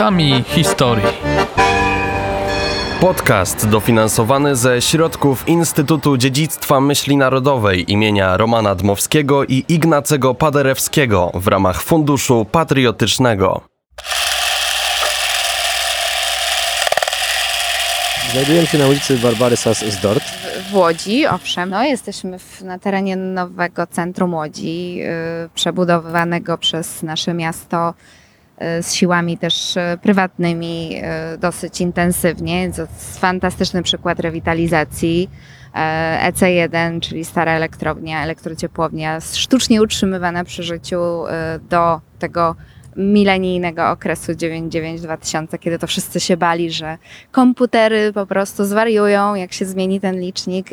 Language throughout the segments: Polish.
Głosami historii. Podcast dofinansowany ze środków Instytutu Dziedzictwa Myśli Narodowej imienia Romana Dmowskiego i Ignacego Paderewskiego w ramach Funduszu Patriotycznego. Znajdujemy się na ulicy Barbary Sas-Zdort. W Łodzi, owszem. Jesteśmy na terenie nowego centrum Łodzi, przebudowywanego przez nasze miasto z siłami też prywatnymi dosyć intensywnie. To jest fantastyczny przykład rewitalizacji. EC1, czyli stara elektrownia, elektrociepłownia, sztucznie utrzymywana przy życiu do tego milenijnego okresu 99-2000, kiedy to wszyscy się bali, że komputery po prostu zwariują, jak się zmieni ten licznik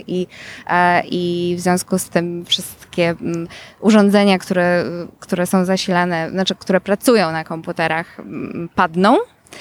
i w związku z tym wszystkie urządzenia, które są zasilane, znaczy które pracują na komputerach, padną.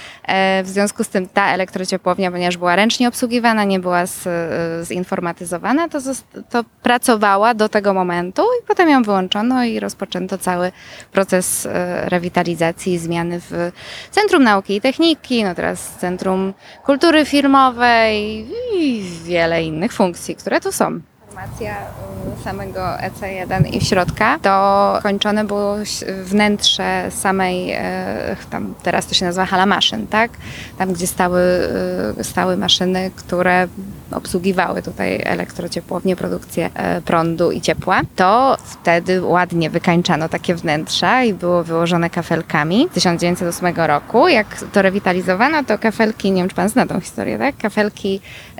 W związku z tym ta elektrociepłownia, ponieważ była ręcznie obsługiwana, nie była zinformatyzowana, to pracowała do tego momentu i potem ją wyłączono i rozpoczęto cały proces rewitalizacji i zmiany w Centrum Nauki i Techniki, teraz Centrum Kultury Filmowej i wiele innych funkcji, które tu są. Informacja samego EC1 i środka to kończone było wnętrze samej, tam teraz to się nazywa hala maszyn, tak? Tam, gdzie stały maszyny, które obsługiwały tutaj elektrociepłownię, produkcję prądu i ciepła. To wtedy ładnie wykańczano takie wnętrza i było wyłożone kafelkami. W 1908 roku, jak to rewitalizowano, to kafelki, nie wiem, czy pan zna tą historię, tak? Kafelki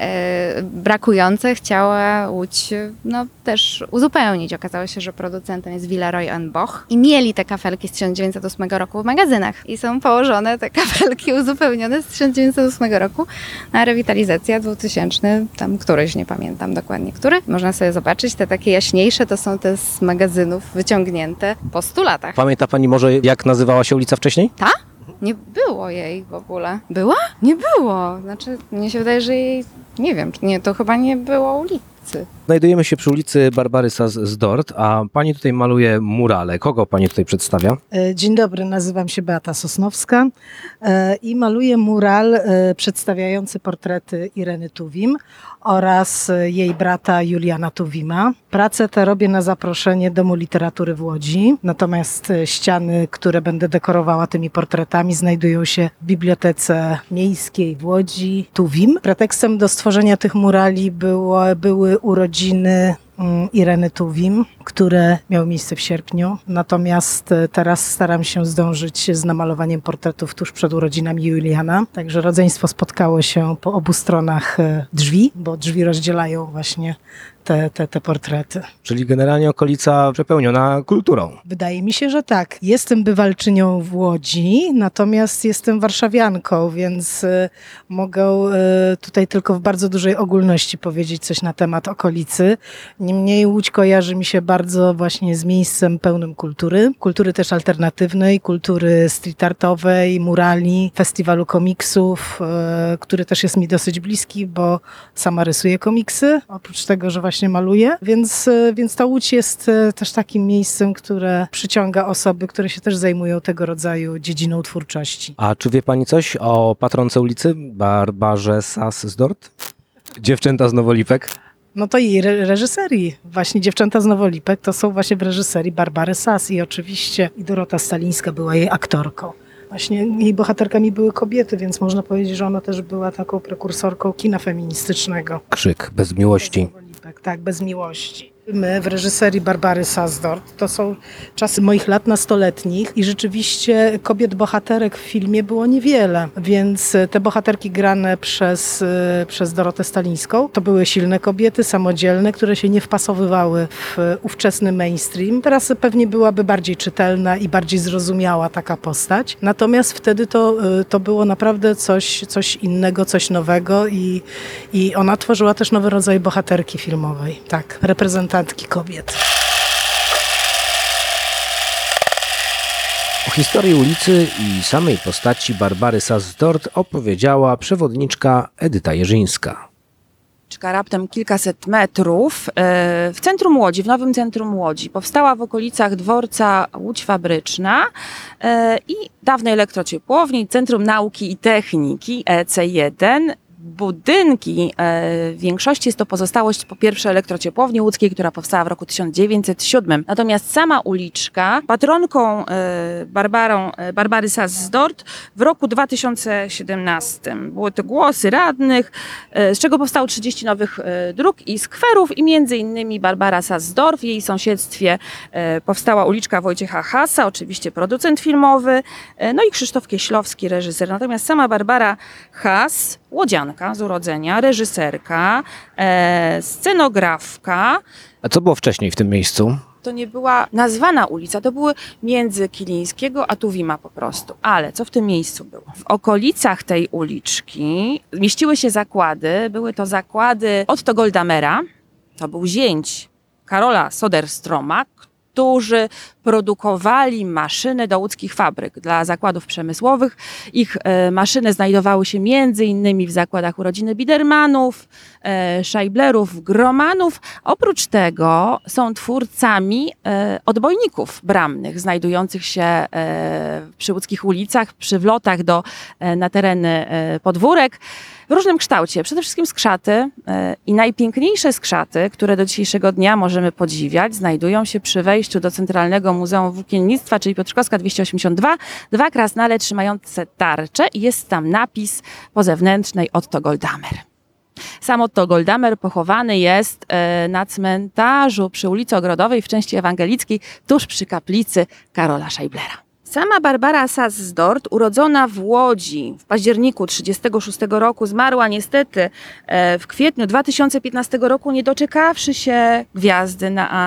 brakujące chciała Łódź też uzupełnić. Okazało się, że producentem jest Villeroy & Boch i mieli te kafelki z 1908 roku w magazynach i są położone te kafelki uzupełnione z 1908 roku na rewitalizację 2000, tam któryś, nie pamiętam dokładnie który. Można sobie zobaczyć, te takie jaśniejsze to są te z magazynów wyciągnięte po 100 latach. Pamięta pani może, jak nazywała się ulica wcześniej? Ta? Nie było jej w ogóle. Była? Nie było. Znaczy, mnie się wydaje, że jej, nie wiem, nie, to chyba nie było ulicy. Znajdujemy się przy ulicy Barbary Sas-Zdort, a pani tutaj maluje murale. Kogo pani tutaj przedstawia? Dzień dobry, nazywam się Beata Sosnowska i maluję mural przedstawiający portrety Ireny Tuwim oraz jej brata Juliana Tuwima. Pracę tę robię na zaproszenie Domu Literatury w Łodzi, natomiast ściany, które będę dekorowała tymi portretami, znajdują się w Bibliotece Miejskiej w Łodzi Tuwim. Pretekstem do stworzenia tych murali były urodziny Ireny Tuwim, które miały miejsce w sierpniu. Natomiast teraz staram się zdążyć z namalowaniem portretów tuż przed urodzinami Juliana. Także rodzeństwo spotkało się po obu stronach drzwi, bo drzwi rozdzielają właśnie te portrety. Czyli generalnie okolica przepełniona kulturą. Wydaje mi się, że tak. Jestem bywalczynią w Łodzi, natomiast jestem warszawianką, więc mogę tutaj tylko w bardzo dużej ogólności powiedzieć coś na temat okolicy. Niemniej Łódź kojarzy mi się bardzo właśnie z miejscem pełnym kultury. Kultury też alternatywnej, kultury street artowej, murali, festiwalu komiksów, który też jest mi dosyć bliski, bo sama rysuję komiksy. Oprócz tego, że właśnie maluję, więc ta Łódź jest też takim miejscem, które przyciąga osoby, które się też zajmują tego rodzaju dziedziną twórczości. A czy wie pani coś o patronce ulicy Barbarze Sas-Zdort? Dziewczęta z Nowolipek? To jej reżyserii. Właśnie Dziewczęta z Nowolipek to są właśnie w reżyserii Barbary Sas i oczywiście i Dorota Stalińska była jej aktorką. Właśnie jej bohaterkami były kobiety, więc można powiedzieć, że ona też była taką prekursorką kina feministycznego. Krzyk bez miłości. Tak, bez miłości. My w reżyserii Barbary Sas-Zdort to są czasy moich lat nastoletnich i rzeczywiście kobiet bohaterek w filmie było niewiele, więc te bohaterki grane przez Dorotę Stalińską to były silne kobiety, samodzielne, które się nie wpasowywały w ówczesny mainstream. Teraz pewnie byłaby bardziej czytelna i bardziej zrozumiała taka postać, natomiast wtedy to było naprawdę coś innego, coś nowego i ona tworzyła też nowy rodzaj bohaterki filmowej, tak, reprezentantki kobiet. O historii ulicy i samej postaci Barbary Sas-Zdort opowiedziała przewodniczka Edyta Jerzyńska. uliczka, raptem kilkaset metrów, w centrum Łodzi, w nowym centrum Łodzi. Powstała w okolicach dworca Łódź Fabryczna i dawnej elektrociepłowni, Centrum Nauki i Techniki EC1. Budynki, w większości jest to pozostałość po pierwsze elektrociepłowni łódzkiej, która powstała w roku 1907. Natomiast sama uliczka, patronką Barbary Sass-Dort w roku 2017. Były to głosy radnych, z czego powstało 30 nowych dróg i skwerów i między innymi Barbara Sass-Dort. W jej sąsiedztwie powstała uliczka Wojciecha Hasa, oczywiście producent filmowy, no i Krzysztof Kieślowski, reżyser. Natomiast sama Barbara Has, łodzianka z urodzenia, reżyserka, scenografka. A co było wcześniej w tym miejscu? To nie była nazwana ulica, to były między Kilińskiego a Tuwima po prostu. Ale co w tym miejscu było? W okolicach tej uliczki mieściły się zakłady. Były to zakłady Otto Goldamera, to był zięć Karola Soderstroma, którzy produkowali maszyny do łódzkich fabryk dla zakładów przemysłowych. Ich maszyny znajdowały się między innymi w zakładach u rodziny Biedermanów, Scheiblerów, Gromanów. Oprócz tego są twórcami odbojników bramnych znajdujących się przy łódzkich ulicach, przy wlotach na tereny podwórek. W różnym kształcie, przede wszystkim skrzaty i najpiękniejsze skrzaty, które do dzisiejszego dnia możemy podziwiać, znajdują się przy wejściu do Centralnego Muzeum Włókiennictwa, czyli Piotrkowska 282, dwa krasnale trzymające tarcze i jest tam napis po zewnętrznej Otto Goldamer. Sam Otto Goldamer pochowany jest na cmentarzu przy ulicy Ogrodowej w części ewangelickiej, tuż przy kaplicy Karola Scheiblera. Sama Barbara Sass-Dort, urodzona w Łodzi w październiku 1936 roku, zmarła niestety w kwietniu 2015 roku, nie doczekawszy się gwiazdy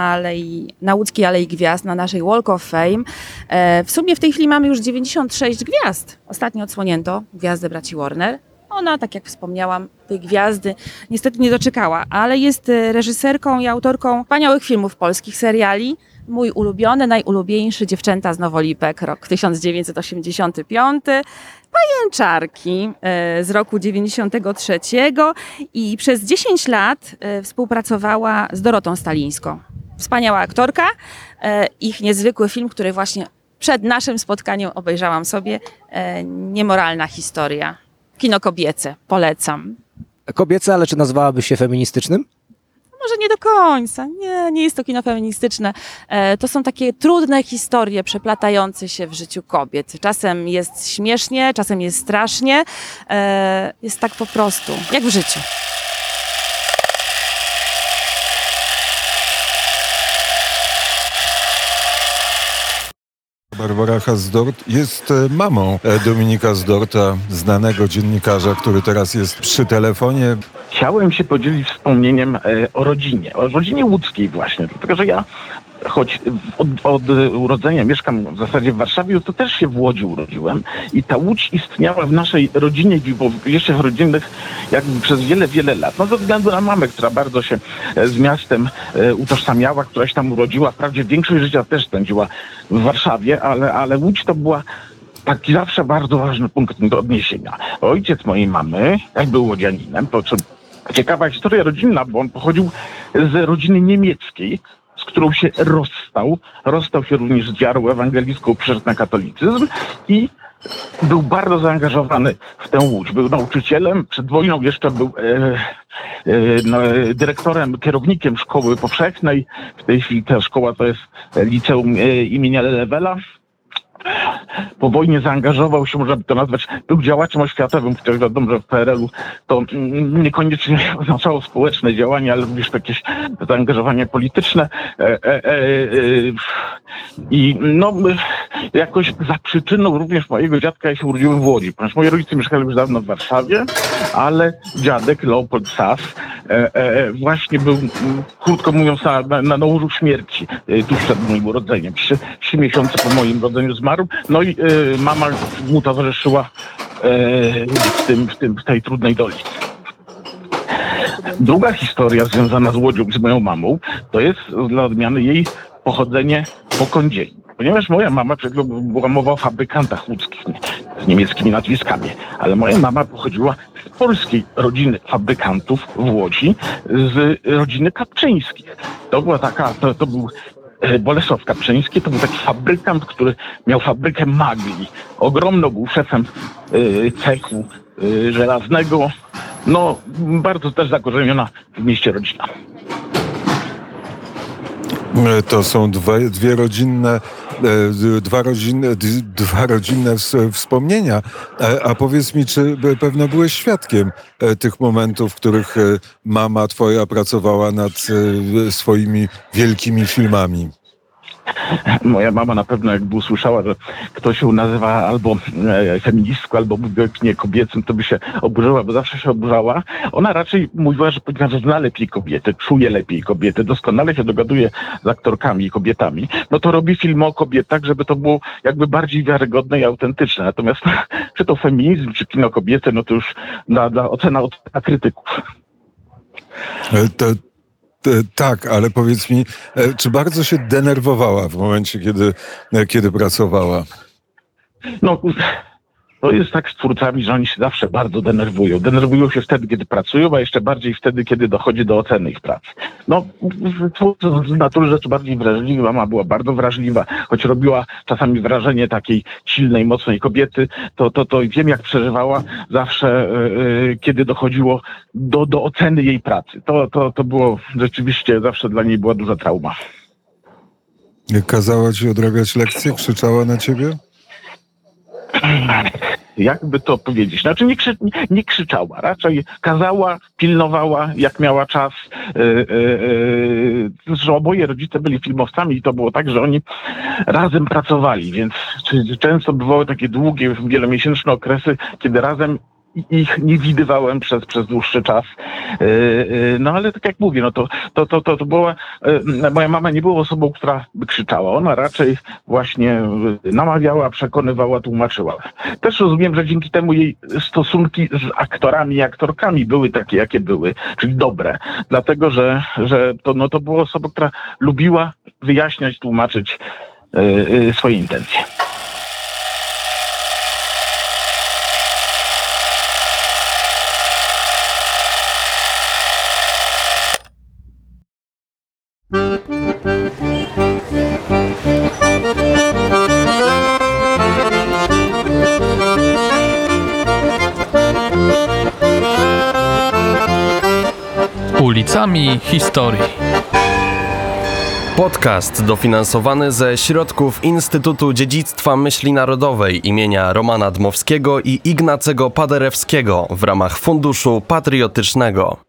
na łódzkiej Alei Gwiazd, na naszej Walk of Fame. W sumie w tej chwili mamy już 96 gwiazd. Ostatnio odsłonięto gwiazdę braci Warner. Ona, tak jak wspomniałam, tej gwiazdy niestety nie doczekała, ale jest reżyserką i autorką wspaniałych filmów polskich, seriali. Mój ulubiony, najulubieńszy, Dziewczęta z Nowolipek, rok 1985, Pajęczarki z roku 93 i przez 10 lat współpracowała z Dorotą Stalińską. Wspaniała aktorka. Ich niezwykły film, który właśnie przed naszym spotkaniem obejrzałam sobie, Niemoralna historia. Kino kobiece, polecam. Kobiece, ale czy nazwałaby się feministycznym? Może nie do końca. Nie jest to kino feministyczne. To są takie trudne historie przeplatające się w życiu kobiet. Czasem jest śmiesznie, czasem jest strasznie. Jest tak po prostu, jak w życiu. Barbara Sass-Dort jest mamą Dominika Zdorta, znanego dziennikarza, który teraz jest przy telefonie. Chciałem się podzielić wspomnieniem o rodzinie łódzkiej właśnie, dlatego że ja, choć od urodzenia mieszkam w zasadzie w Warszawie, to też się w Łodzi urodziłem i ta Łódź istniała w naszej rodzinie, bo jeszcze w rodzinnych jakby przez wiele, wiele lat. No ze względu na mamę, która bardzo się z miastem utożsamiała, która się tam urodziła, wprawdzie większość życia też spędziła w Warszawie, ale Łódź to była taki zawsze bardzo ważny punkt do odniesienia. Ojciec mojej mamy, jak był łodzianinem, to ciekawa historia rodzinna, bo on pochodził z rodziny niemieckiej, z którą się rozstał. Rozstał się również z wiarą ewangelicką, przeszedł na katolicyzm i był bardzo zaangażowany w tę Łódź. Był nauczycielem, przed wojną jeszcze był dyrektorem, kierownikiem szkoły powszechnej. W tej chwili ta szkoła to jest liceum imienia Lelewela. Po wojnie zaangażował się, można by to nazwać, był działaczem oświatowym, chociaż wiadomo, że w PRL-u to niekoniecznie oznaczało społeczne działanie, ale również jakieś zaangażowanie polityczne. I no, jakoś za przyczyną również mojego dziadka ja się urodziłem w Łodzi, ponieważ moi rodzice mieszkali już dawno w Warszawie, ale dziadek Leopold Sass właśnie był, krótko mówiąc, na łożu śmierci tuż przed moim urodzeniem. 3 miesiące po moim urodzeniu zmarł. No i mama mu towarzyszyła w tej trudnej doli. Druga historia związana z Łodzią, z moją mamą, to jest dla odmiany jej pochodzenie po Kądzieli. ponieważ moja mama, przed chwilą była mowa o fabrykantach łódzkich z niemieckimi nazwiskami, ale moja mama pochodziła z polskiej rodziny fabrykantów w Łodzi, z rodziny Kapczyńskich. To była taka, to był Bolesław Kapczyński, to był taki fabrykant, który miał fabrykę magli. Ogromno, był szefem cechu żelaznego. No, bardzo też zakorzeniona w mieście rodzina. To są dwa rodzinne wspomnienia. A powiedz mi, czy pewno byłeś świadkiem tych momentów, w których mama twoja pracowała nad swoimi wielkimi filmami? Moja mama na pewno jakby usłyszała, że ktoś się nazywa albo feministką, albo mówi o kinie kobiecym, to by się oburzyła, bo zawsze się oburzała. Ona raczej mówiła, że zna lepiej kobiety, czuje lepiej kobiety, doskonale się dogaduje z aktorkami i kobietami. No to robi film o kobietach, żeby to było jakby bardziej wiarygodne i autentyczne. Natomiast czy to feminizm, czy kino kobiece, no to już ocena od krytyków. Tak, ale powiedz mi, czy bardzo się denerwowała w momencie, kiedy pracowała? No, to jest tak z twórcami, że oni się zawsze bardzo denerwują. Denerwują się wtedy, kiedy pracują, a jeszcze bardziej wtedy, kiedy dochodzi do oceny ich pracy. No, twórcy z natury rzeczy bardziej wrażliwi. Mama była bardzo wrażliwa, choć robiła czasami wrażenie takiej silnej, mocnej kobiety, to wiem, jak przeżywała zawsze, kiedy dochodziło do oceny jej pracy. To było rzeczywiście, zawsze dla niej była duża trauma. Kazała ci odrabiać lekcje? Krzyczała na ciebie? Jakby to powiedzieć? Znaczy nie krzyczała, raczej kazała, pilnowała, jak miała czas. Zresztą oboje rodzice byli filmowcami i to było tak, że oni razem pracowali, więc często bywały takie długie, wielomiesięczne okresy, kiedy razem ich nie widywałem przez dłuższy czas. No ale tak jak mówię, no to była, moja mama nie była osobą, która by krzyczała. Ona raczej właśnie namawiała, przekonywała, tłumaczyła. Też rozumiem, że dzięki temu jej stosunki z aktorami i aktorkami były takie, jakie były, czyli dobre. Dlatego, że to była osoba, która lubiła wyjaśniać, tłumaczyć swoje intencje. Ulicami historii. Podcast dofinansowany ze środków Instytutu Dziedzictwa Myśli Narodowej imienia Romana Dmowskiego i Ignacego Paderewskiego w ramach Funduszu Patriotycznego.